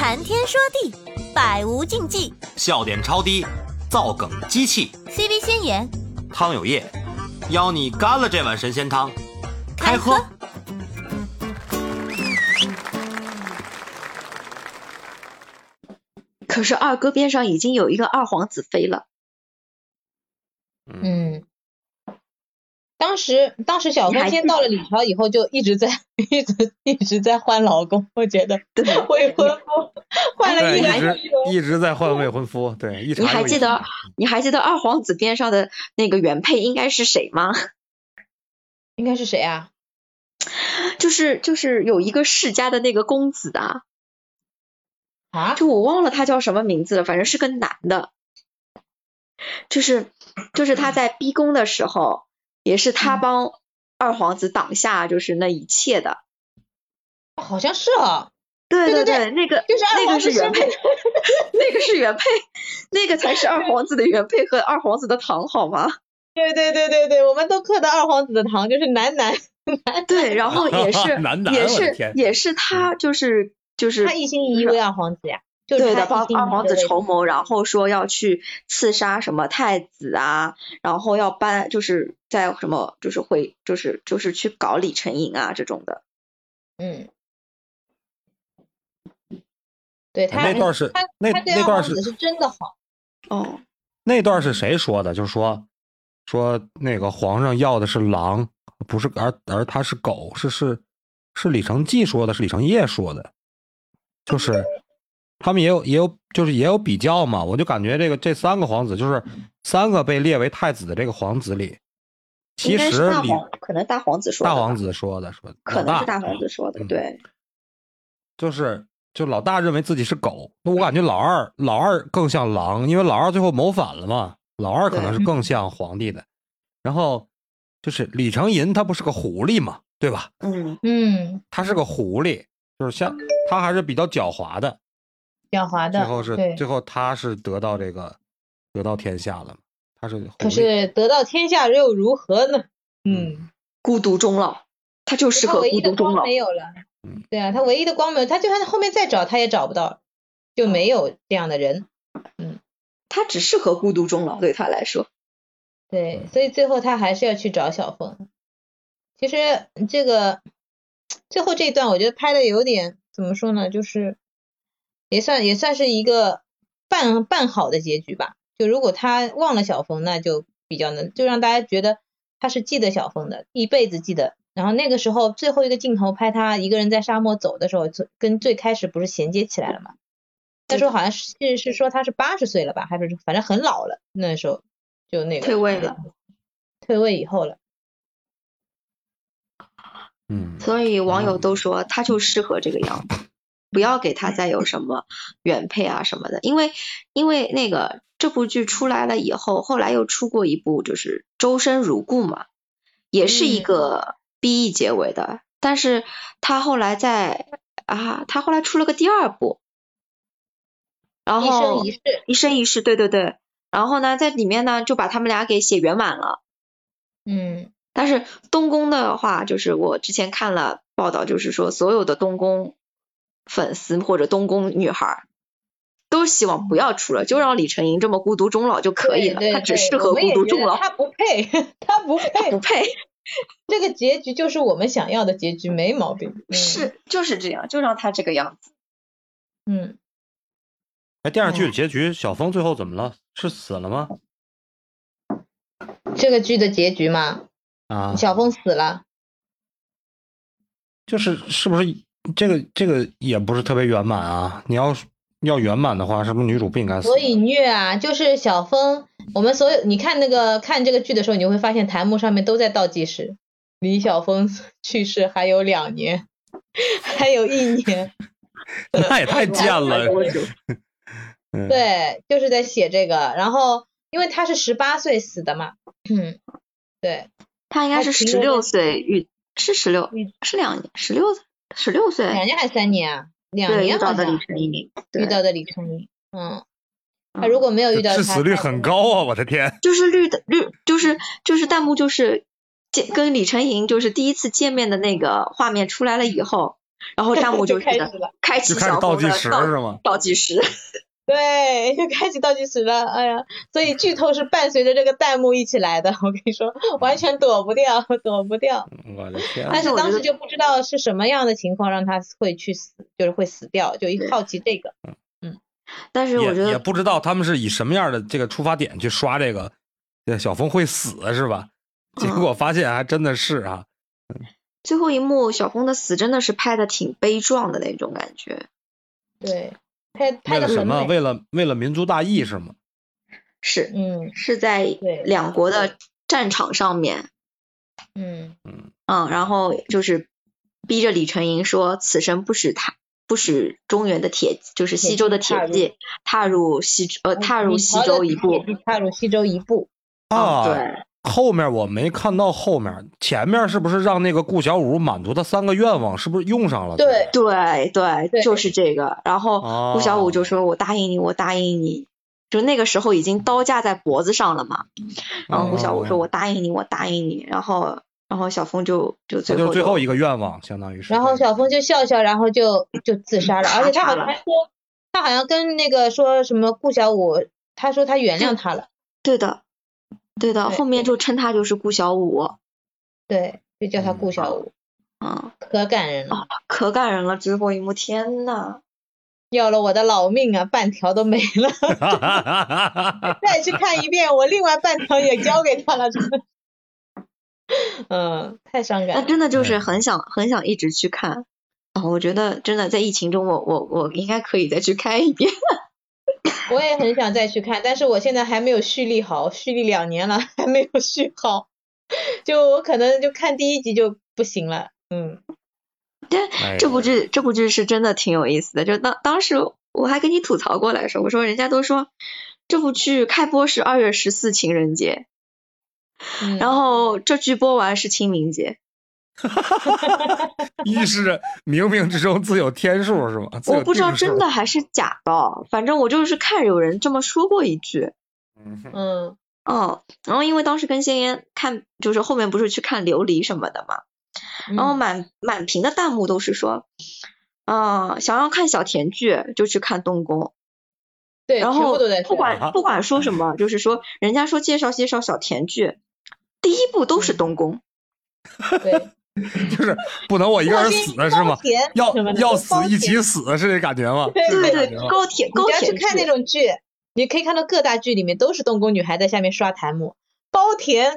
谈天说地，百无禁忌， 笑点超低，造梗机器 ，CV 先言， 汤有业，邀你干了这碗神仙汤，开喝。 可是二哥边上已经有一个二皇子妃了。 当时小凤仙到了李朝以后，就一直在换老公，我觉得未婚夫换了一直在换未婚夫，对， 你还记得二皇子边上的那个原配应该是谁吗？ 应该是谁啊？ 就是有一个世家的那个公子就我忘了他叫什么名字了，反正是个男的，就是他在逼宫的时候，也是他帮二皇子挡下就是那一切的。 好像是对，那个就是那个是原配那个是原配，那个才是二皇子的原配和二皇子的堂，好吗？ 对，我们都刻的二皇子的堂就是男。 对，然后也是他就是他一心一意为二皇子呀， 对的，帮二皇子筹谋，然后说要去刺杀什么太子啊，然后要搬就是在什么就是去搞李成营啊这种的。 对他那段是那段是真的好。 那段是谁说的？就是说那个皇上要的是狼，不是而他是狗，是李成纪说的，是李成业说的，就是他们也有比较嘛。我就感觉这三个皇子，就是三个被列为太子的这个皇子里，其实可能大皇子说的，可能是大皇子说的，对， 就老大认为自己是狗，那我感觉老二更像狼，因为老二最后谋反了嘛，老二可能是更像皇帝的。然后就是李成银他不是个狐狸嘛，对吧？他是个狐狸，就是像他还是比较狡猾的。最后他是得到天下了，他是狐狸。 可是得到天下又如何呢？ 孤独终老，他就适合孤独终老。 没有了。对啊，他唯一的光没有，他就算后面再找他也找不到，就没有这样的人。 他只适合孤独终老，对他来说。 对，所以最后他还是要去找小凤。其实这个最后这一段我觉得拍的有点怎么说呢，就是也算是一个半好的结局吧。就如果他忘了小凤，那就比较能就让大家觉得他是记得小凤的，一辈子记得。然后那个时候最后一个镜头拍他一个人在沙漠走的时候，跟最开始不是衔接起来了吗？那时候好像是说他是80岁了吧，还是反正很老了，那时候就那个退位了， 退位以后了。 所以网友都说他就适合这个样子，不要给他再有什么原配啊什么的，因为那个这部剧出来了以后，后来又出过一部就是周生如故嘛，也是一个 BE 结尾的，但是他后来出了个第二部，然后一生一世，对，然后呢在里面呢就把他们俩给写圆满了。但是东宫的话，就是我之前看了报道，就是说所有的东宫粉丝或者东宫女孩都希望不要出了，就让李成营这么孤独终老就可以了。他只适合孤独终老， 他不配这个结局就是我们想要的结局，没毛病。 就是这样，就让他这个样子。 电视剧的结局，小凤最后怎么了？是死了吗？ 这个剧的结局嘛，小凤死了。 是不是这个也不是特别圆满啊？你要圆满的话，是不是女主不应该死？ 所以虐啊，就是小凤，我们所有你看这个剧的时候，你会发现弹幕上面都在倒计时，李小凤去世还有2年，还有1年， 那也太贱了。 对，就是在写这个，然后因为他是18岁死的嘛，对， 他应该是16岁是16是2年16岁 2年还是3年啊？2年遇到的李成营， 遇到的李成营，他如果没有遇到他， 致死率很高啊！我的天， 就是就是弹幕就是跟李成营就是第一次见面的那个画面出来了以后， 然后弹幕就开始了开启就开始小倒计时峰的是吗？ 倒计时。 对，就开启倒计时了。哎呀，所以剧透是伴随着这个弹幕一起来的。我跟你说，完全躲不掉，躲不掉。 我的天！ 但是当时就不知道是什么样的情况让他会去死，就是会死掉，就一好奇这个。 但是我觉得也不知道他们是以什么样的这个出发点去刷这个小峰会死是吧？结果发现还真的是啊。 最后一幕小峰的死真的是拍的挺悲壮的那种感觉。 对，拍的很为了什么？ 美。 为了民族大义是吗？ 是， 嗯， 是在两国的战场上面。然后就是逼着李成营说，此生不使中原的就是西周的铁骑踏入西周一步， 踏入西周一步。 对。 后面我没看到后面，前面是不是让那个顾小五满足他3个愿望，是不是用上了？ 对， 就是这个。然后顾小五就说：“我答应你，我答应你。”就那个时候已经刀架在脖子上了嘛。然后顾小五说：“我答应你，我答应你。”然后小峰就最后一个愿望，相当于是。 然后小峰就笑笑，然后就自杀了。而且他好像说，他好像跟那个说什么顾小五，他说他原谅他了。 对的，后面就称他就是顾小五。 对，就叫他顾小五。可感人了。 可感人了，最后一幕，天呐， 要了我的老命啊，半条都没了。再去看一遍，我另外半条也交给他了。太伤感了。 那真的就是很想一直去看。我觉得真的在疫情中，我应该可以再去看一遍。 我也很想再去看，但是我现在还没有蓄力好，蓄力2年了还没有蓄好，就我可能就看第1集就不行了。 这部剧是真的挺有意思的。就当时我还跟你吐槽过来说，我说人家都说这部剧开播是2月14情人节，然后这剧播完是清明节。 一是冥冥之中自有天数是吗？ 我不知道真的还是假的，反正我就是看有人这么说过一句。然后因为当时跟仙烟看，就是后面不是去看琉璃什么的嘛，然后满屏的弹幕都是说，想要看小甜剧就去看东宫。 对， 然后不管说什么，就是说人家说介绍小甜剧，第1部都是东宫。 对。 就是不能我一个人死是吗？要死一起死是这感觉吗？ 对，高铁你要去看那种剧，你可以看到各大剧里面都是东宫女孩在下面刷弹幕，高甜。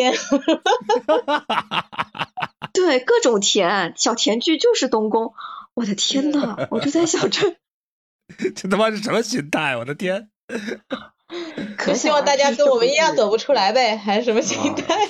对，各种甜，小甜剧就是东宫。我的天呐，我就在想这他妈是什么心态？我的天！ 就希望大家跟我们一样走不出来呗，还是什么心态？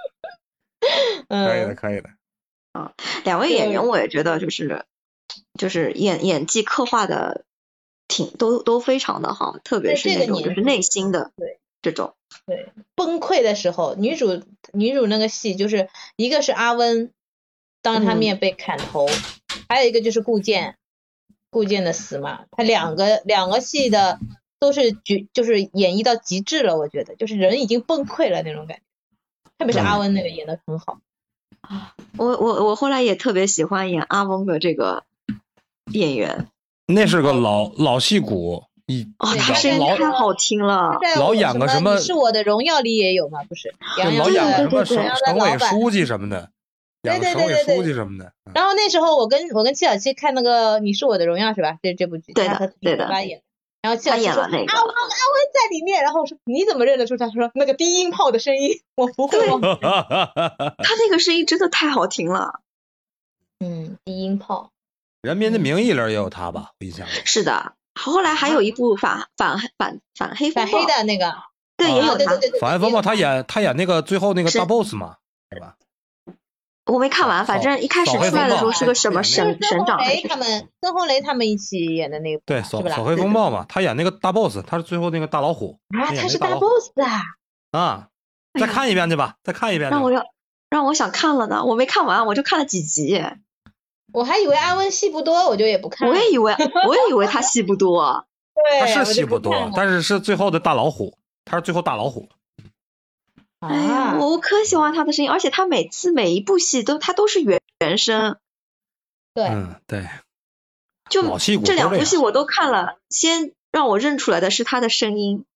可以的。 两位演员我也觉得就是演技刻画的都非常的好，特别是那种就是内心的这种。 对，崩溃的时候，女主那个戏就是一个是阿温当他面被砍头，还有一个就是顾剑的死嘛，他两个戏的都是就是演绎到极致了，我觉得就是人已经崩溃了那种感觉。特别是阿温那个演得很好。 我后来也特别喜欢演阿翁的这个演员， 那是个老戏骨， 他声音太好听了。 老演个什么？ 你是我的荣耀里也有嘛？不是， 老演个什么省委书记什么的， 对， 书记什么的。 然后那时候我跟七小七看那个你是我的荣耀是吧？这部剧， 对的。 然后七小七说阿温在里面，然后我说你怎么认得出他？说那个低音炮的声音，我不会忘。 他那个声音真的太好听了。 低音炮。 人民的名义里也有他吧？我印象里。 是的，后来还有一部反黑的那个， 对，也有他。 反黑风暴，他演那个最后那个大 boss 嘛，是吧？ 我没看完，反正一开始出来的时候是个什么省长。 跟红雷他们一起演的那个， 对，扫黑风暴嘛，他演那个大 boss， 他是最后那个大老虎。 他是大 boss 啊！再看一遍去吧，再看一遍。 让我想看了呢，我没看完，我就看了几集。 我还以为阿温戏不多，我就也不看。 我也以为他戏不多。 对， 他是戏不多，但是最后的大老虎，他是最后大老虎。 哎呀，我可喜欢他的声音，而且他每一部戏他都是原声。 对， 对， 就老戏骨这两都这样部戏我都看了，先让我认出来的是他的声音。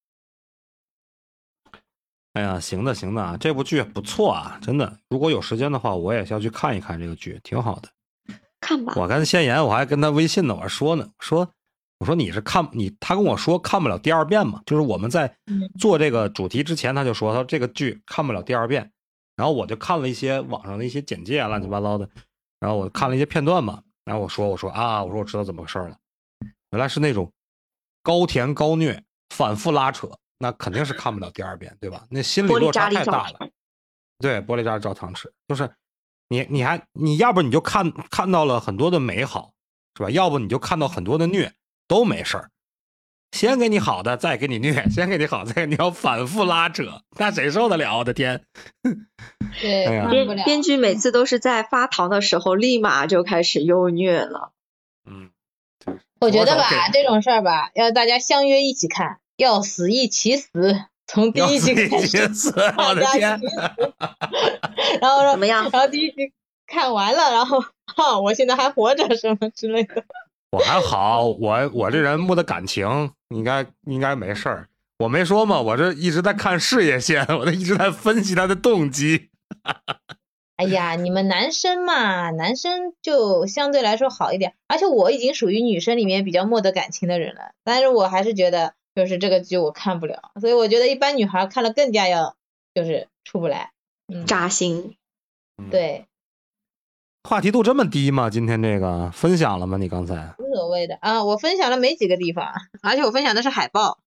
哎呀，行的啊，这部剧不错啊，真的。如果有时间的话，我也是要去看一看这个剧，挺好的。 看吧。 我跟先言，我还跟他微信呢，我说呢，我说你是他跟我说看不了第二遍嘛，就是我们在做这个主题之前，他就说他说这个剧看不了第二遍，然后我就看了一些网上的一些简介啊，乱七八糟的，然后我看了一些片段嘛，然后我说我知道怎么回事了，原来是那种高甜高虐，反复拉扯，那肯定是看不了第二遍，对吧？那心理落差太大了。对，玻璃渣里照常吃，就是你要不你就看到了很多的美好，是吧？要不你就看到很多的虐，都没事儿。先给你好的，再给你虐，先给你好，再给你要反复拉扯，那谁受得了？我的天！ 对， 哎呀编剧每次都是在发糖的时候，立马就开始优虐了。 我觉得吧，这种事儿吧，要大家相约一起看，要死一起死，从第一集开始， 我的天！ 然后怎么样？ 然后第一集看完了，然后我现在还活着什么之类的。 我还好，我这人没得感情，应该没事儿。我没说嘛，我这一直在看事业线，我这一直在分析他的动机。 哎呀，你们男生嘛，男生就相对来说好一点，而且我已经属于女生里面比较没得感情的人了，但是我还是觉得就是这个剧我看不了，所以我觉得一般女孩看了更加要就是出不来， 扎心。 对。 话题度这么低吗？今天这个分享了吗？你刚才无所谓的啊，我分享了没几个地方，而且我分享的是海报。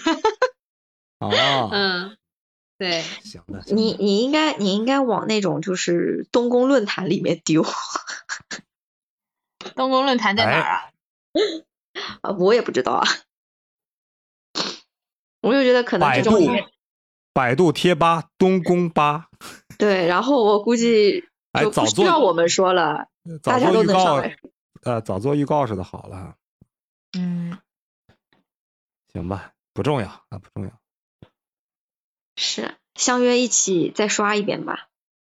哦， 对， 行的。 你应该往那种就是东宫论坛里面丢。 东宫论坛在哪儿啊？ 我也不知道啊。我就觉得可能这种百度贴吧东宫吧。 对，然后我估计就不需要我们说了，大家都能上来。 早做预告似的好了。行吧，不重要啊，不重要。 是相约一起再刷一遍吧。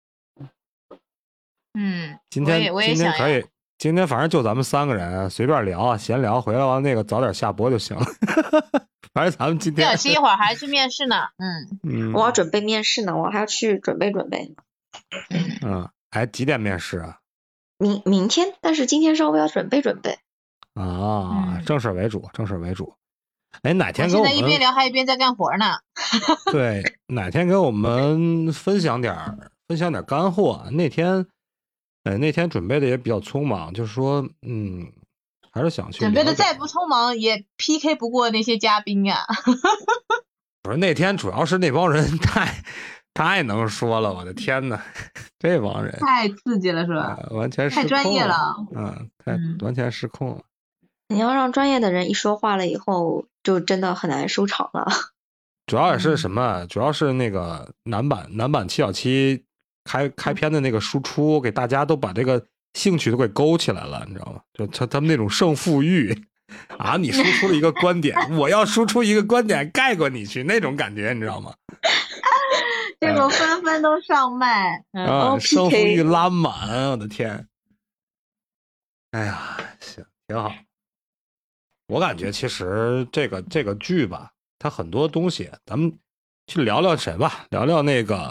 今天可以，今天反正就咱们3个人随便聊闲聊，回来完那个早点下播就行了。反正咱们今天小七一会儿还去面试呢。 我要准备面试呢，我还要去准备准备呢。还几点面试啊？ 明天，但是今天稍微要准备准备。 正事为主，正事为主。哎，哪天给我们现在一边聊还一边在干活呢。 对，哪天给我们分享点干货。那天准备的也比较匆忙，就是说，还是想去准备的再不匆忙也 PK 不过那些嘉宾呀。 不是，那天主要是那帮人太能说了，我的天哪，这帮人太刺激了是吧？ 完全失控了， 太专业了。 完全失控了。 你要让专业的人一说话了以后，就真的很难收场了。 主要也是什么？主要是那个男版7.7开篇的那个输出，给大家都把这个兴趣都给勾起来了，你知道吗？就他们那种胜负欲啊！你输出了一个观点，我要输出一个观点盖过你去，那种感觉你知道吗？ 这种纷纷都上麦胜负欲拉满，我的天！哎呀，行，挺好。我感觉其实这个剧吧，它很多东西，咱们去聊聊谁吧，聊聊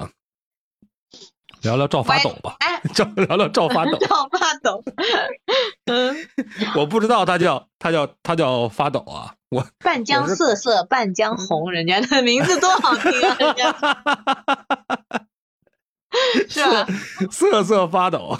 赵发斗吧，聊聊赵发斗。 赵发斗， 我不知道他叫发斗啊， 半江瑟瑟半江红，人家的名字多好听啊，人家是吧？ 瑟瑟发抖。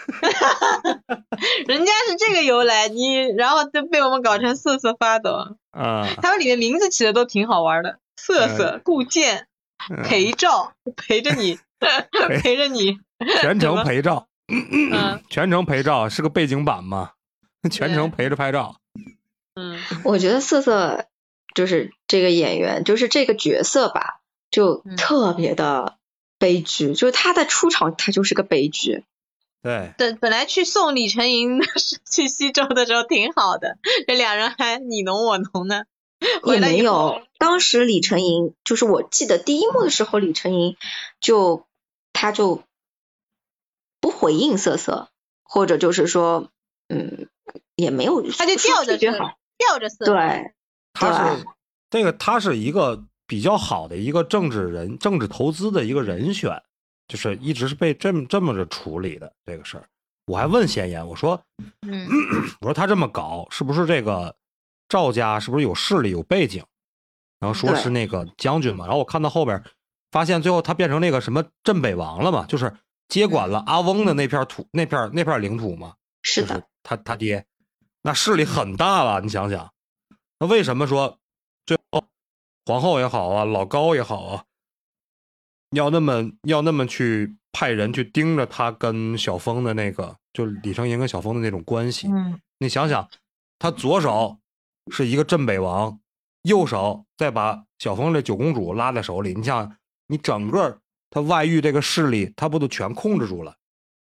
人家是这个由来，然后就被我们搞成瑟瑟发抖他们里面名字起的都挺好玩的，瑟瑟、顾剑、陪照，陪着你，陪着你， 全程陪照，全程陪照是个背景板嘛，全程陪着拍照。 我觉得瑟瑟就是这个演员，就是这个角色吧，就特别的悲剧，就是他的出场他就是个悲剧。 对， 本来去送李成银去西周的时候挺好的，这两人还你侬我侬呢。 也没有，当时李成银就是我记得第一幕的时候，李成银他就不回应瑟瑟，或者就是说也没有， 他就吊着色， 对， 他是一个比较好的一个政治投资的一个人选，就是一直是被这么着处理的这个事儿。我还问先言，我说他这么搞是不是这个赵家是不是有势力有背景？然后说是那个将军嘛，然后我看到后边发现最后他变成那个什么镇北王了嘛，就是接管了阿翁的那片土那片领土嘛。 是的， 就是他爹那势力很大了，你想想，那为什么说最后皇后也好啊，老高也好啊，要那么去派人去盯着他跟小峰的那个，就李成银跟小峰的那种关系？你想想，他左手是一个镇北王，右手再把小峰这九公主拉在手里，你想，你整个他外遇这个势力，他不都全控制住了？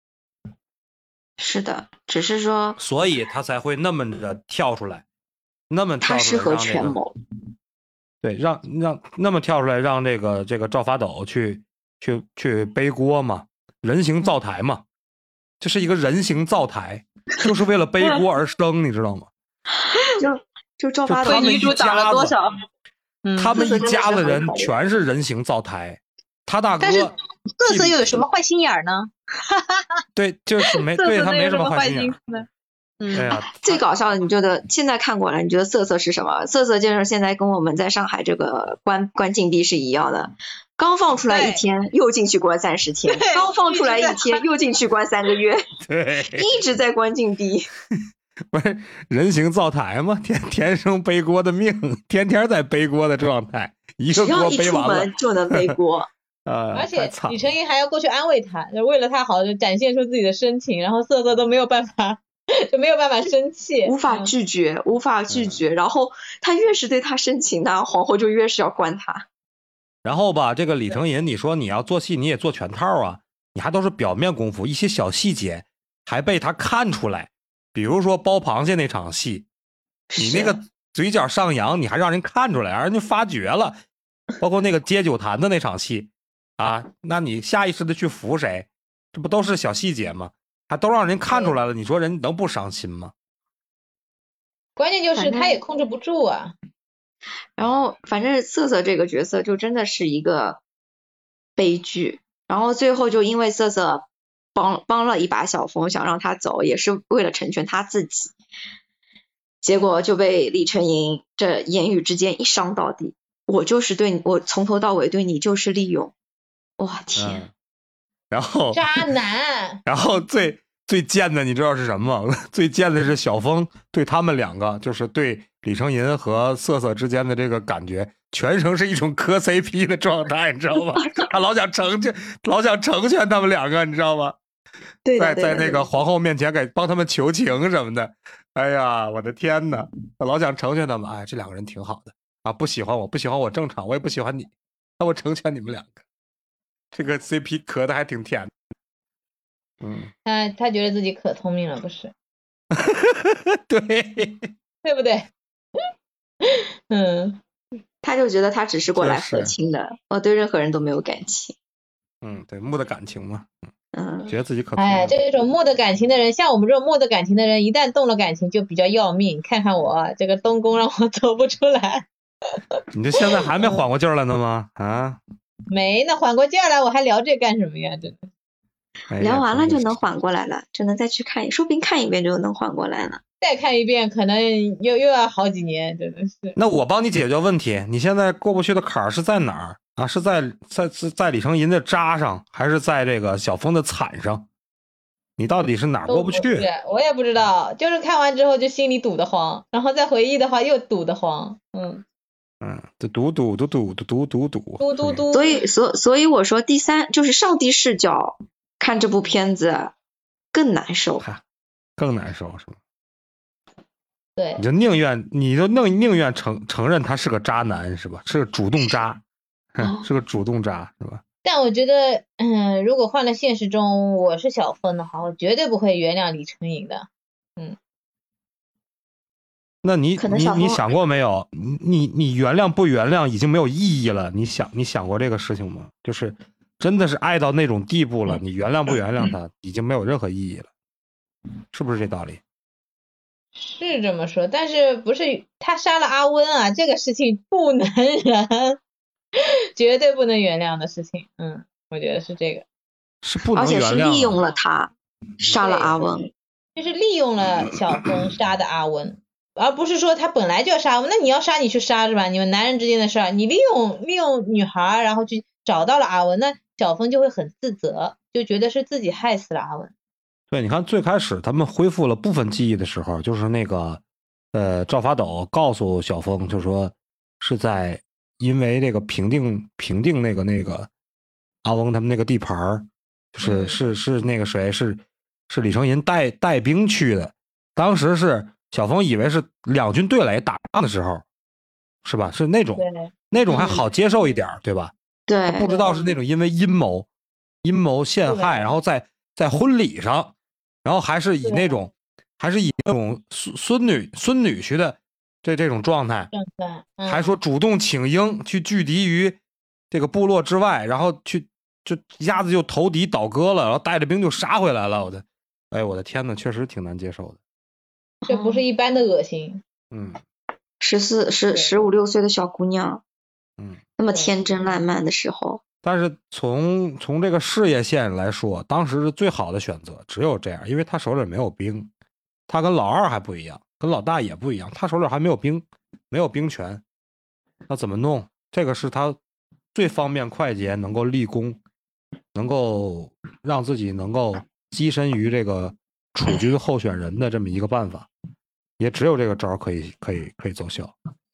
是的，只是说， 所以他才会那么的跳出来，那么跳出来， 他适合权谋。 对，让那么跳出来，让这个赵法斗去背锅嘛，人形灶台嘛，这是一个人形灶台，就是为了背锅而生，你知道吗？ 就赵法斗为女主打了多少？ 他们一家子人全是人形灶台，他大哥。但是瑟瑟又有什么坏心眼呢？ 对，就是对他没什么坏心眼。对啊， 最搞笑的，你觉得现在看过来，你觉得瑟瑟是什么？瑟瑟就是现在跟我们在上海这个关禁闭是一样的，刚放出来1天，又进去关30天，刚放出来1天，又进去关3个月， 对， 一直在关禁闭。 不是人形灶台吗？天生背锅的命，天天在背锅的状态，一个锅背完了，只要一出门就能背锅。 而且李成银还要过去安慰他，为了他好，就展现出自己的深情，然后瑟瑟都没有办法生气， 无法拒绝，然后他越是对他深情呢，皇后就越是要关他。 然后吧，这个李成银，你说你要做戏，你也做全套啊，你还都是表面功夫，一些小细节还被他看出来，比如说包螃蟹那场戏，你那个嘴角上扬，你还让人看出来，让人家发觉了，包括那个接酒坛的那场戏。啊，那你下意识的去扶谁，这不都是小细节吗？还都让人看出来了，你说人能不伤心吗？ 关键就是他也控制不住啊。 然后反正瑟瑟这个角色就真的是一个悲剧，然后最后就因为瑟瑟帮了一把小峰，想让他走，也是为了成全他自己，结果就被李成银这言语之间一伤到底。我就是我从头到尾对你就是利用。哇天！ 然后渣男， 然后最贱的你知道是什么吗？最贱的是小峰对他们两个，就是对李成银和瑟瑟之间的这个感觉，全程是一种磕 CP 的状态，你知道吗？他老想成全他们两个，你知道吗？ 对， 在那个皇后面前给帮他们求情什么的。哎呀，我的天哪！他老想成全他们，哎，这两个人挺好的啊，不喜欢我正常，我也不喜欢你，那我成全你们两个。这个 CP 磕的还挺甜的。 他觉得自己可聪明了，不是？ 对不对？ 他就觉得他只是过来和亲的，我对任何人都没有感情。 对，木的感情嘛。觉得自己可聪明。 哎，这种木的感情的人，像我们这种木的感情的人，一旦动了感情就比较要命。看看我这个东宫让我走不出来。 你这现在还没缓过劲儿来呢吗？啊？ 没呢，缓过劲儿来，我还聊这干什么呀？真的。 聊完了就能缓过来了，就能再去看，说不定看一遍就能缓过来了。 再看一遍，可能又要好几年，真的是。 那我帮你解决问题，你现在过不去的坎儿是在哪儿啊？是在李成银的渣上，还是在这个小峰的惨上？你到底是哪儿过不去？ 我也不知道，就是看完之后就心里堵得慌，然后再回忆的话又堵得慌。 堵。 所以我说第三就是上帝视角看这部片子更难受， 更难受是吗？ 对， 你就宁愿承认他是个渣男是吧？是个主动渣，是个主动渣是吧？ 但我觉得，如果换了现实中我是小峰的话，我绝对不会原谅李成银的。 那你想过没有？你原谅不原谅已经没有意义了。你想过这个事情吗？就是真的是爱到那种地步了，你原谅不原谅他已经没有任何意义了，是不是这道理？ 是这么说，但是不是他杀了阿温啊？这个事情不能忍，绝对不能原谅的事情。我觉得是这个， 是不能而且是原谅利用的。 了他，杀了阿温。 就是利用了小峰杀的阿温，而不是说他本来就要杀阿温。那你要杀你去杀是吧？你们男人之间的事儿，你利用女孩，然后去找到了阿温，那小峰就会很自责，就觉得是自己害死了阿温。 对，你看最开始他们恢复了部分记忆的时候，就是那个赵法斗告诉小峰，就说是在因为这个平定那个阿翁他们那个地盘儿，是那个谁是李成银带兵去的。当时是小峰以为是两军对垒打仗的时候，是吧？是那种还好接受一点，对吧？ 对， 他不知道是那种因为阴谋陷害，然后在婚礼上，然后还是以那种孙女婿的这种状态，还说主动请缨去拒敌于这个部落之外，然后去就一下子就投敌倒戈了，然后带着兵就杀回来了。我的天哪，确实挺难接受的。 这不是一般的恶心。 15、16岁的小姑娘，那么天真烂漫的时候。 但是从这个事业线来说，当时是最好的选择，只有这样，因为他手里没有兵，他跟老二还不一样，跟老大也不一样，他手里还没有兵，没有兵权，那怎么弄？这个是他最方便快捷，能够立功，能够让自己能够跻身于这个储君候选人的这么一个办法，也只有这个招可以奏效。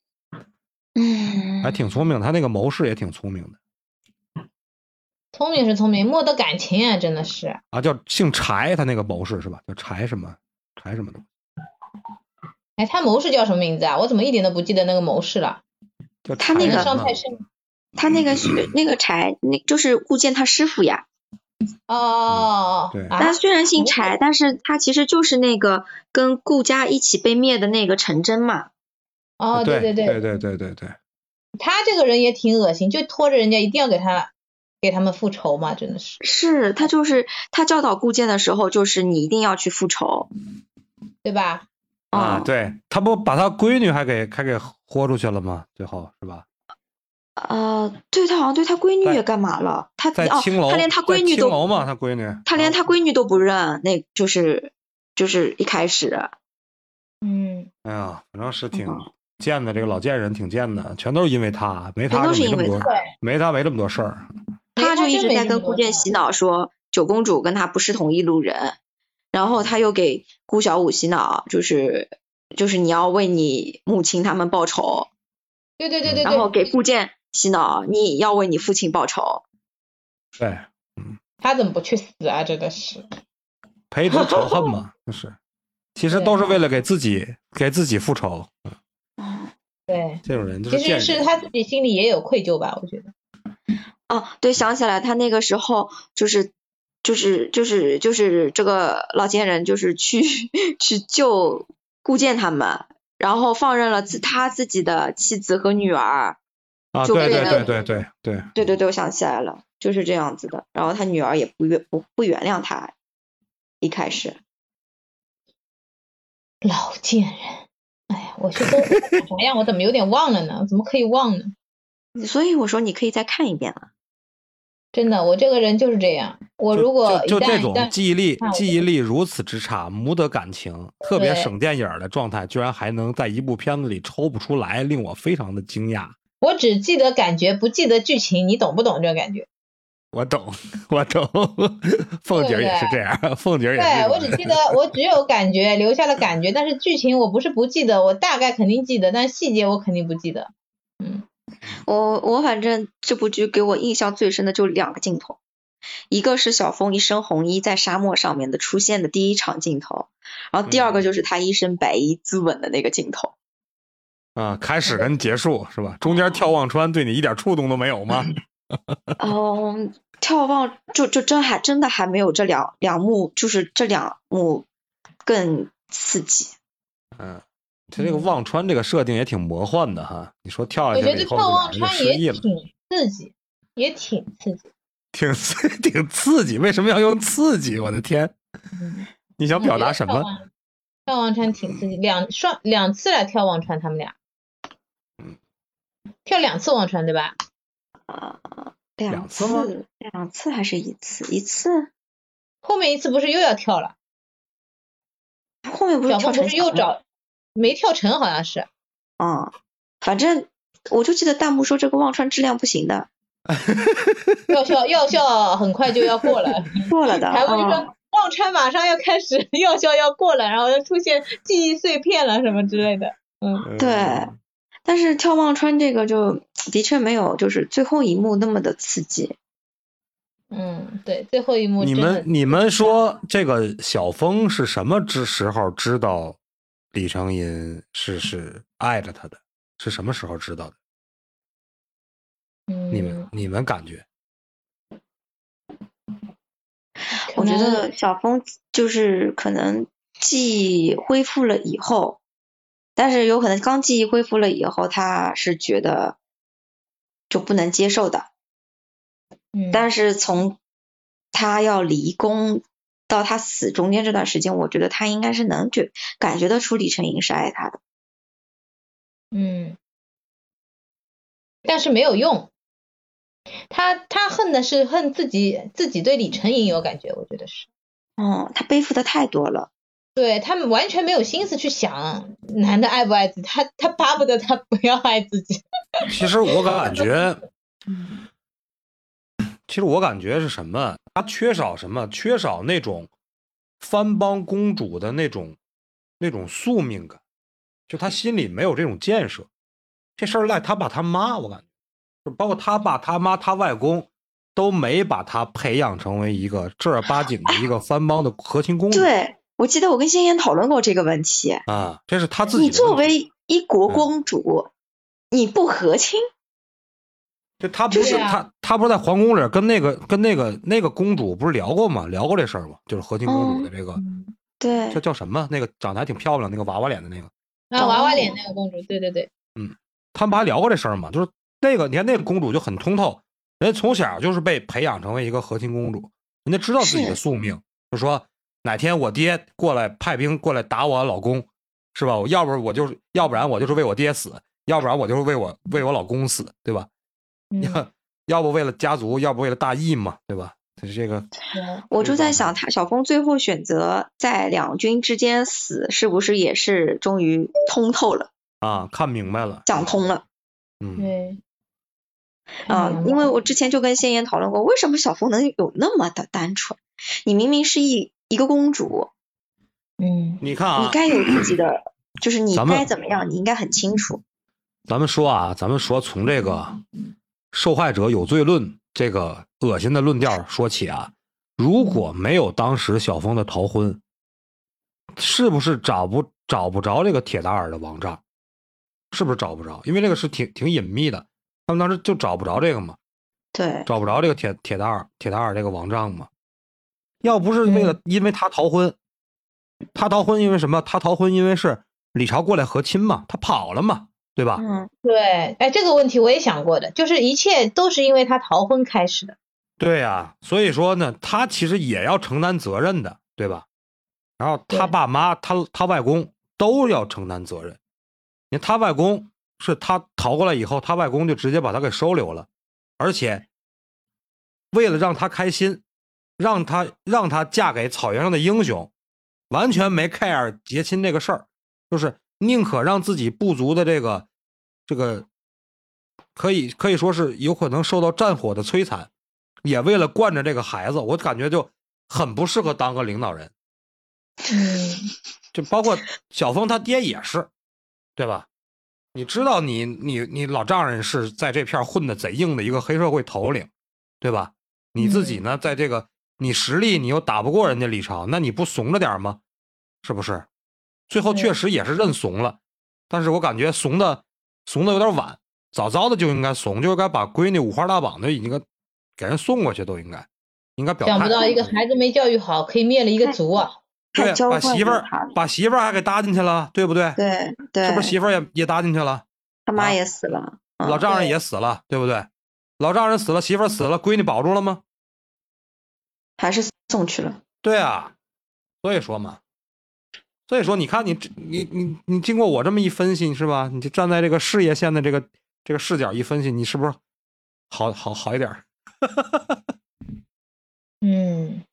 还挺聪明的，他那个谋士也挺聪明的。 聪明是聪明，没得感情啊，真的是啊，叫姓柴，他那个谋士是吧？叫柴什么的。 哎，他谋士叫什么名字啊？我怎么一点都不记得那个谋士了？ 他那个上太深， 他那个柴，那就是顾剑他师傅呀。 对。 他虽然姓柴，但是他其实就是那个跟顾家一起被灭的那个陈真嘛。 对。 他这个人也挺恶心，就拖着人家一定要给他们复仇嘛，真的是。 是他就是他教导顾剑的时候，就是你一定要去复仇， 对吧？ 对，他不把他闺女还给豁出去了吗？最后是吧？ 对，他好像对他闺女也干嘛了？他在青楼， 他连他闺女都青楼嘛，他闺女， 他连他闺女都不认，那就是一开始。 哎呀，反正是挺贱的，这个老贱人挺贱的，全都是因为他，没他就没这么多事儿。 他就一直在跟顾剑洗脑说九公主跟他不是同一路人，然后他又给顾小五洗脑，就是你要为你母亲他们报仇。 对。 然后给顾剑洗脑，你要为你父亲报仇。 对， 他怎么不去死啊？真的是培植仇恨嘛，就是其实都是为了给自己复仇。 对， 这种人就是其实是他自己心里也有愧疚吧，我觉得。 对，想起来他那个时候就是这个老奸人就是去救顾剑他们，然后放任了他自己的妻子和女儿。对，我想起来了，就是这样子的。然后他女儿也不原谅他，一开始。 老贱人，哎呀，我是都啥样，我怎么有点忘了呢？怎么可以忘呢？ 所以我说你可以再看一遍了。 真的，我这个人就是这样。我如果就这种记忆力如此之差，没得感情，特别省电影的状态，居然还能在一部片子里抽不出来，令我非常的惊讶。 我只记得感觉，不记得剧情，你懂不懂这个感觉？ 我懂。凤姐也是这样，凤姐也是。 对，我只有感觉，留下了感觉，但是剧情我不是不记得，我大概肯定记得，但细节我肯定不记得。 我反正这部剧给我印象最深的就2个镜头，一个是小凤一身红衣在沙漠上面的出现的第一场镜头，然后第二个就是他一身白衣自刎的那个镜头。 开始跟结束是吧？中间眺望川对你一点触动都没有吗？ 眺望就真的还没有这两幕，就是这2幕更刺激。 他这个忘川这个设定也挺魔幻的哈，你说跳下去以后眺望川失忆了， 挺刺激，也挺刺激， 挺刺激。为什么要用刺激？我的天，你想表达什么？ 跳忘川挺刺激，两次来跳忘川，他们俩跳2次忘川对吧？ 两次吗 2次还是1次？1次， 后面一次不是又要跳了？ 后面不是小凤不跳成是又没跳成，好像是。 反正我就记得弹幕说这个忘川质量不行的， 药效很快就要过了， 过了的。 台湾就说忘川马上要开始，药效要过了，然后就出现记忆碎片了什么之类的。 对。但是跳忘川这个就的确没有就是最后一幕那么的刺激。 对，最后一幕你们说这个小峰是什么时候知道李成荫是爱着他的？是什么时候知道的？你们感觉？ 我觉得小峰就是可能记忆恢复了以后，但是有可能刚记忆恢复了以后，他是觉得就不能接受的。但是从他要离宫到他死中间这段时间，我觉得他应该是能感觉得出李成荫是爱他的。 但是没有用。他恨的是恨自己对李成荫有感觉，我觉得是。 他背负的太多了。 对，他们完全没有心思去想男的爱不爱自己，他巴不得他不要爱自己。 其实我感觉是什么？他缺少什么？缺少那种藩邦公主的那种宿命感，就他心里没有这种建设。这事儿赖他爸他妈，我感觉就包括他爸他妈他外公都没把他培养成为一个正儿八经的一个藩邦的和亲公主。 对，我记得我跟仙言讨论过这个问题啊，这是他自己的问题。 你作为一国公主，你不和亲？ 就他不是他不是在皇宫里跟那个公主不是聊过吗？聊过这事儿吗？就是和亲公主的这个， 对， 这叫什么？那个长得还挺漂亮，那个娃娃脸的那个。 娃娃脸那个公主，对。 他们不还聊过这事儿吗？就是那个，你看那个公主就很通透，人家从小就是被培养成为一个和亲公主，人家知道自己的宿命，就说哪天我爹过来派兵过来打我老公，是吧？要不然我就是为我爹死，要不然我就是为我老公死，对吧？要不为了家族，要不为了大义嘛，对吧？这个， 我就在想，小峰最后选择在两军之间死，是不是也是终于通透了啊？看明白了， 讲通了。 对。 因为我之前就跟仙言讨论过，为什么小峰能有那么的单纯？你明明是一个公主， 你看啊， 你该有自己的，就是你该怎么样，你应该很清楚。 咱们说从这个受害者有罪论这个恶心的论调说起啊，如果没有当时小峰的逃婚，是不是找不着这个铁达尔的王帐？是不是找不着？因为这个是挺隐秘的，他们当时就找不着这个嘛。 对， 找不着这个铁达尔这个王帐嘛。要不是因为他逃婚，因为什么？他逃婚因为是李朝过来和亲嘛，他跑了嘛，对吧？ 对，这个问题我也想过的，就是一切都是因为他逃婚开始的。 对呀，所以说呢，他其实也要承担责任的，对吧？然后他爸妈、他外公都要承担责任。你看他外公是他逃过来以后，他外公就直接把他给收留了，而且为了让他开心，让他嫁给草原上的英雄，完全没 care 结亲这个事儿，就是宁可让自己部族的这个可以说是有可能受到战火的摧残，也为了惯着这个孩子，我感觉就很不适合当个领导人。就包括小峰他爹也是，对吧？你知道你老丈人是在这片混的贼硬的一个黑社会头领，对吧？你自己呢，在这个你实力你又打不过人家李朝，那你不怂着点吗？是不是？最后确实也是认怂了，但是我感觉怂的有点晚，早的就应该怂，就应该把闺女五花大绑的已经给人送过去，都应该表态。 想不到一个孩子没教育好，可以灭了一个族啊！ 对，把媳妇儿还给搭进去了，对不对？ 对， 是不是媳妇儿也搭进去了？ 他妈也死了， 老丈人也死了，对不对？老丈人死了，媳妇儿死了，闺女保住了吗？ 还是送去了。 对啊，所以说嘛， 所以说，你看你经过我这么一分析，是吧？你就站在这个事业线的这个视角一分析，你是不是好一点？ 嗯，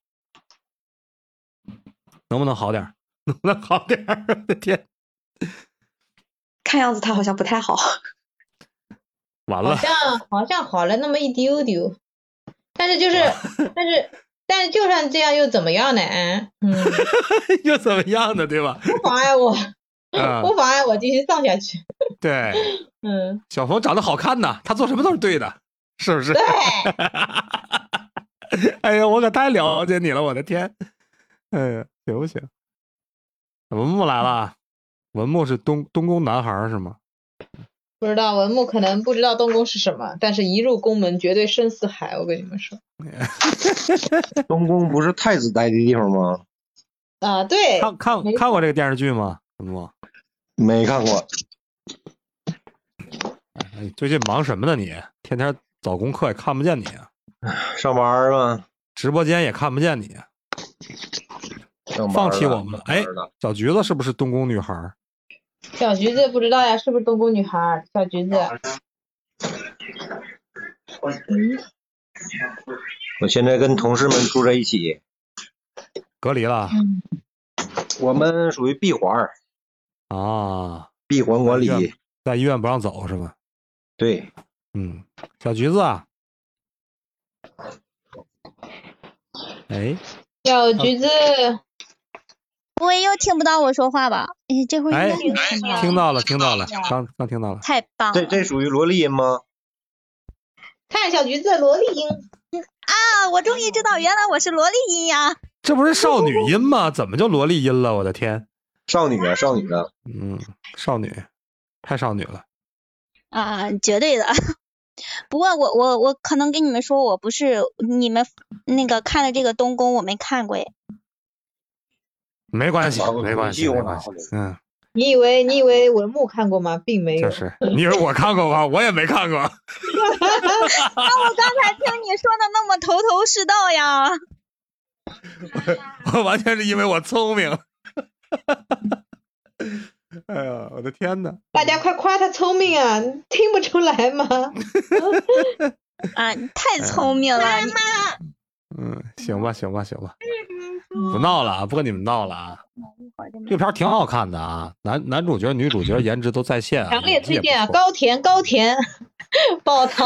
能不能好点？能不能好点？我的天！ 看样子他好像不太好。 完了， 好像好了那么一丢丢，但是就算这样又怎么样呢？ 又怎么样呢？对吧？ 不妨碍我，不妨碍我继续上下去。 对，小冯长得好看呐，他做什么都是对的，是不是？ 对。 哎呀，我可太了解你了，我的天！哎呀，行不行？文木来了，文木是东宫男孩是吗？ 不知道，文木可能不知道东宫是什么，但是一入宫门绝对深似海，我跟你们说。 东宫不是太子待的地方吗？ 啊，对。 看过这个电视剧吗？文木没看过。 哎，最近忙什么呢你？天天早功课也看不见你啊。 上班吗？ 直播间也看不见你。放弃我们了。哎，小橘子是不是东宫女孩？ 小橘子不知道呀，是不是东宫女孩？小橘子。 我现在跟同事们住在一起， 隔离了。 我们属于闭环啊， 闭环管理， 在医院不让走是吧？ 对， 小橘子啊，哎， 小橘子。 不会又听不到我说话吧？哎，这会儿听到了，刚听到了。 太棒了！ 这属于萝莉音吗？ 看小橘子萝莉音啊！我终于知道，原来我是萝莉音呀！ 这不是少女音吗？怎么就萝莉音了？我的天！ 少女啊，少女啊！ 少女，太少女了。 啊，绝对的。不过我可能跟你们说，我不是你们那个看的这个东宫，我没看过耶。 没关系，没关系。 你以为文木看过吗？并没有。 就是，你以为我看过吗？我也没看过。 那我刚才听你说的那么头头是道呀。 我完全是因为我聪明。哎呀，我的天哪！ 大家快夸他聪明啊，听不出来吗？ 啊，你太聪明了。 行吧。不闹了啊，不跟你们闹了啊。这片挺好看的啊，男主角、女主角颜值都在线啊， 强烈推荐啊！高田，宝藏。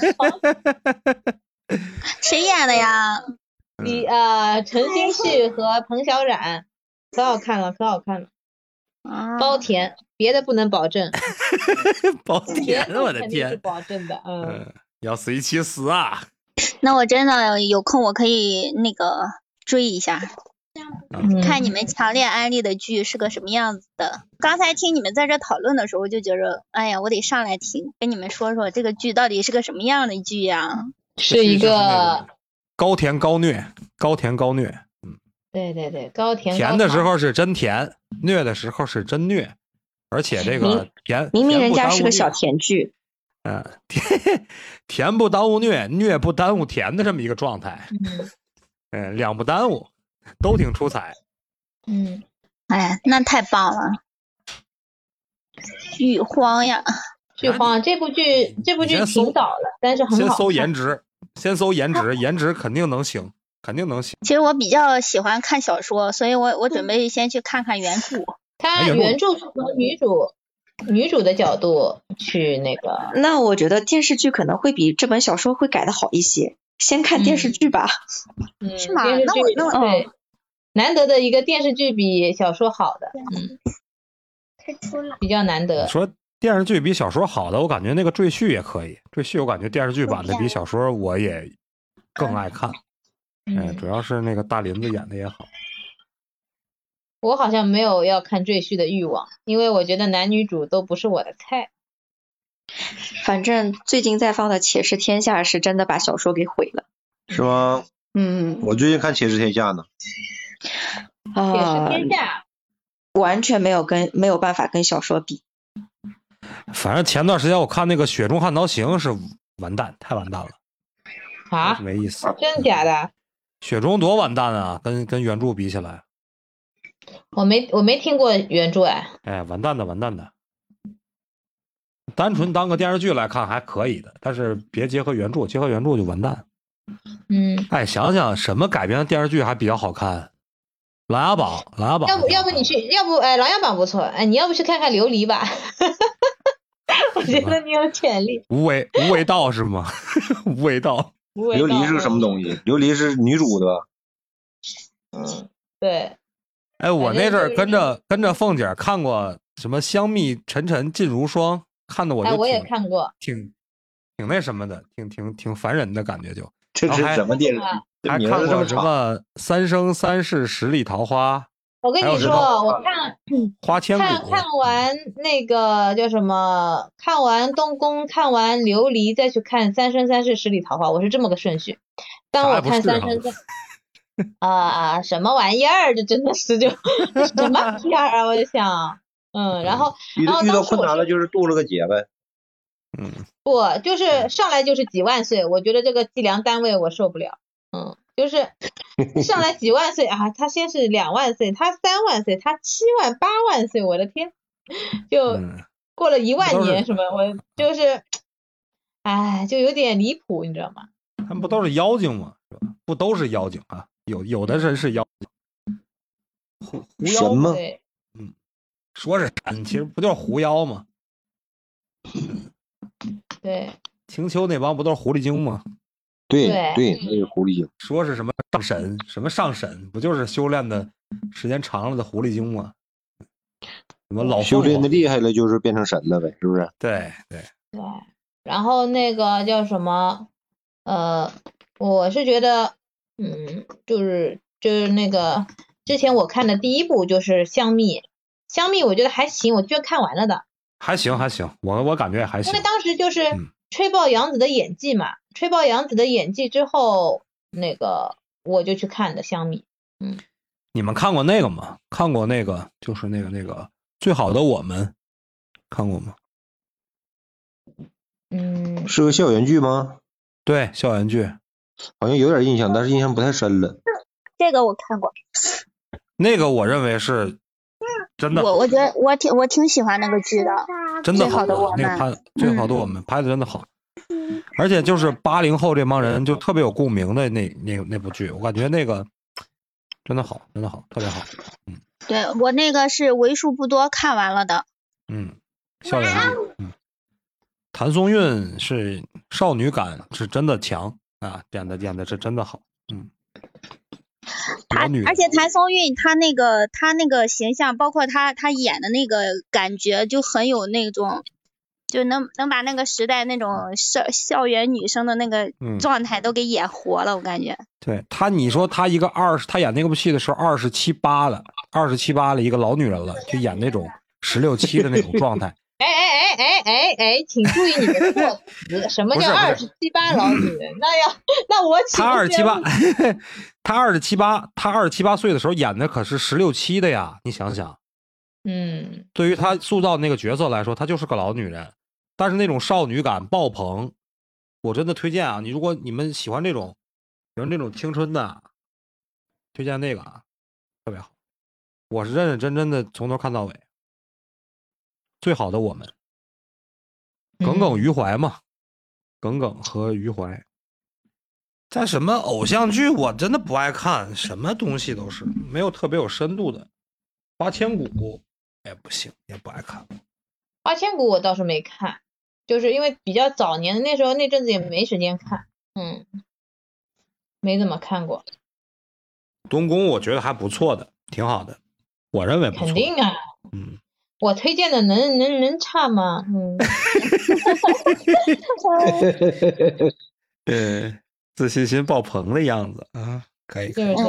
谁演的呀？ 陈星旭和彭小苒，可好看了。高田，别的不能保证。 保田，我的天， 是保证的。 要死一起死啊！ 那我真的有空，我可以那个追一下，看你们强烈安利的剧是个什么样子的。刚才听你们在这讨论的时候，就觉着，哎呀，我得上来听，跟你们说说这个剧到底是个什么样的剧呀？ 是一个高甜高虐。 对，高甜。 甜的时候是真甜，虐的时候是真虐，而且这个甜明明人家是个小甜剧。 甜不耽误虐，虐不耽误甜的这么一个状态。两不耽误，都挺出彩。 哎，那太棒了。剧荒呀， 剧荒这部剧挺早了，但是很好看。 先搜颜值，颜值肯定能行。 其实我比较喜欢看小说，所以我准备先去看看原著。 它原著是从女主的角度去那个。 那我觉得电视剧可能会比这本小说会改的好一些，先看电视剧吧。 是吗？那难得的一个电视剧比小说好的，比较难得。 说电视剧比小说好的，我感觉那个赘婿也可以。赘婿我感觉电视剧版的比小说我也更爱看。主要是那个大林子演的也好。 我好像没有要看赘婿的欲望，因为我觉得男女主都不是我的菜。 反正最近在放的《且试天下》是真的把小说给毁了。 是吗？我最近看《且试天下》呢。 且试天下完全没有办法跟小说比。 反正前段时间我看那个《雪中悍刀行》是完蛋，太完蛋了啊！ 没意思。 真假的？ 雪中多完蛋啊，跟原著比起来。 我没听过原著哎。 哎，完蛋的。单纯当个电视剧来看还可以的，但是别结合原著，结合原著就完蛋。哎，想想什么改编的电视剧还比较好看？琅琊榜。 要不你去，琅琊榜不错，哎，你要不去看看琉璃吧？我觉得你有潜力。 无为道是吗？无为道。 琉璃是个什么东西？琉璃是女主的吧？ 对。 哎，我那阵儿跟着凤姐看过什么香蜜沉沉烬如霜，看的我就我也看过， 挺那什么的，挺烦人的感觉就。 这是什么电视剧？ 还看过什么三生三世十里桃花？ 我跟你说，我花千骨看完那个叫什么？看完东宫，看完琉璃，再去看三生三世十里桃花，我是这么个顺序。当我看三生三什么玩意儿？这真的是就什么片儿啊！我就想，然后遇到困难了就是渡了个劫呗。 不，就是上来就是几万岁，我觉得这个计量单位我受不了。就是上来几万岁啊，他先是2万岁，他3万岁，他7万8万岁，我的天，就过了1万年什么，我就是，哎，就有点离谱，你知道吗？ 他们不都是妖精吗？不都是妖精啊？有的人是妖精，狐妖吗？ 说是神，其实不就是狐妖吗？ 对， 青丘那帮不都是狐狸精吗？ 对，那是狐狸精。 说是什么上神，不就是修炼的时间长了的狐狸精吗？什么老修炼的厉害了，就是变成神了呗，是不是？ 对。 然后那个叫什么？我是觉得，就是那个之前我看的第一部就是香蜜，我觉得还行，我居然看完了的。 还行，我感觉也还行。 因为当时就是吹爆杨紫的演技嘛，吹爆杨紫的演技之后，那个我就去看的香蜜。 你们看过那个吗？看过那个就是那个最好的我们，看过吗？ 是个校园剧吗？ 对，校园剧。 好像有点印象，但是印象不太深了。 这个我看过。 那个我认为是真的。 我觉得我挺喜欢那个剧的。 真的好， 最好的我们， 那个最好的我们拍的真的好。而且就是80后这帮人就特别有共鸣的那部剧，我感觉那个真的好，特别好。 对，我那个是为数不多看完了的。 校园剧。谭松韵是少女感是真的强啊，演的是真的好。 而且谭松韵她那个形象，包括她演的那个感觉，就很有那种，就能把那个时代那种校园女生的那个状态都给演活了，我感觉。 对她，你说她她演那部戏的时候27、8了，一个老女人了，就演那种16、7的那种状态。 哎，请注意你的措辞，什么叫27、8老女人？那我请他27、8岁的时候演的可是16、7的呀，你想想。对于他塑造那个角色来说，她就是个老女人，但是那种少女感爆棚，我真的推荐啊！如果你们喜欢这种青春的，推荐那个啊，特别好。我是认认真真的从头看到尾。最好的我们，耿耿于怀嘛，耿耿和于怀。在什么偶像剧我真的不爱看，什么东西都是没有特别有深度的。花千骨也不行，也不爱看。 花千骨我倒是没看，就是因为比较早年，那时候那阵子也没时间看，没怎么看过。 东宫我觉得还不错的，挺好的，我认为不错。 肯定啊，我推荐的能差吗？ 自信心爆棚的样子啊，可以。 就是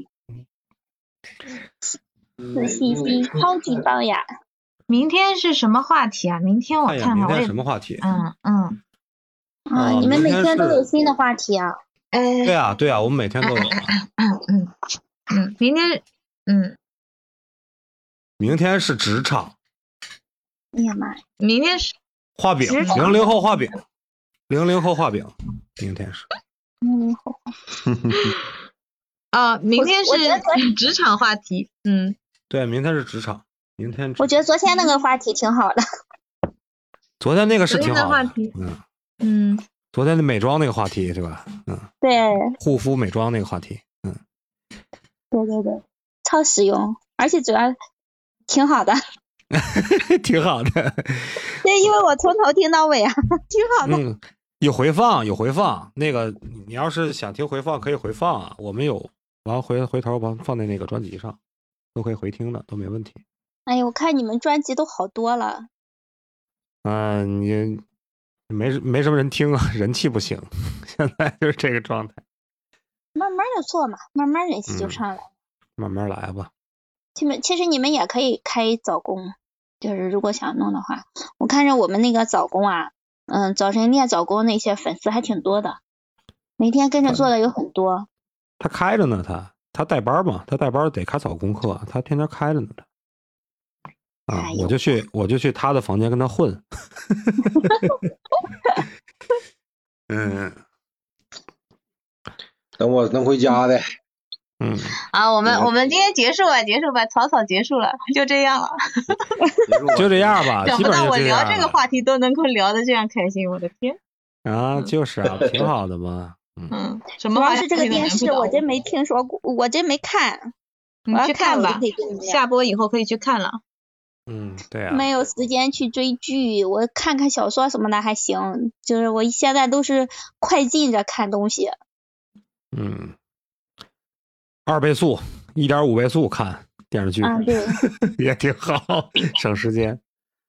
自信心超级棒呀！ 明天是什么话题啊？明天我看看， 明天什么话题？ 你们每天都有新的话题啊？ 对啊，我们每天都有。 明天， 明天是职场。 哎呀妈呀！ 明天是画饼，00后画饼，00后画饼，明天是。 00后。 明天是职场话题。 对，明天是职场，明天我觉得昨天那个话题挺好的。 昨天那个是挺好的话题， 昨天的美妆那个话题是吧？ 对， 护肤美妆那个话题， 对，超实用，而且主要挺好的。 挺好的。 对，因为我从头听到尾啊，挺好的。 有回放。那个你要是想听回放可以回放啊，我们有，完回头放在那个专辑上，都可以回听的，都没问题。 哎呀，我看你们专辑都好多了。 你没什么人听啊，人气不行，现在就是这个状态。 慢慢的做嘛，慢慢人气就上来。 慢慢来吧。 其实你们也可以开早工，就是如果想弄的话，我看着我们那个早工啊，早晨练早工那些粉丝还挺多的，每天跟着做的有很多。 他开着呢，他带班嘛，他带班得开早功课，他天天开着呢。我就去他的房间跟他混。 等我能回家的。 我们今天结束吧，草结束了，就这样了。 就这样吧。 想不到我聊这个话题都能够聊得这样开心，我的天！ 就是啊，挺好的嘛。 什么？ 主要是这个电视我真没听说过，我真没看。 你去看吧，下播以后可以去看了。 对啊。 没有时间去追剧，我看看小说什么的还行，就是我现在都是快进着看东西。 2倍速、1.5倍速看电视剧， 对， 也挺好，省时间。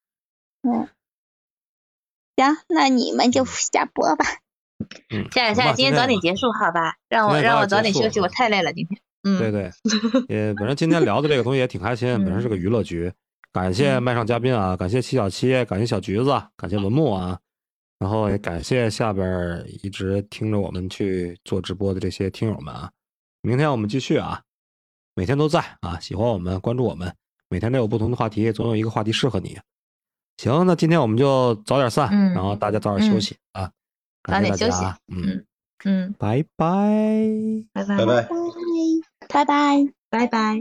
行，那你们就下播吧。 下，今天早点结束好吧？让我早点休息，我太累了今天。 对，本身今天聊的这个东西也挺开心，本身是个娱乐局。感谢麦上嘉宾啊，感谢七小七，感谢小橘子，感谢文木啊，然后也感谢下边一直听着我们去做直播的这些听友们啊。明天我们继续啊，每天都在啊，喜欢我们关注我们，每天都有不同的话题，总有一个话题适合你。行，那今天我们就早点散，然后大家早点休息啊， 早点休息， 拜拜。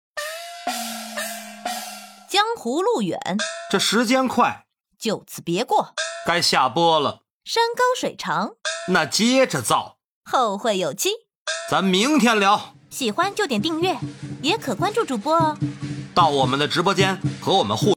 江湖路远， 这时间快， 就此别过， 该下播了。 山高水长， 那接着造， 后会有期。 咱明天聊。 喜欢就点订阅，也可关注主播哦。 到我们的直播间和我们互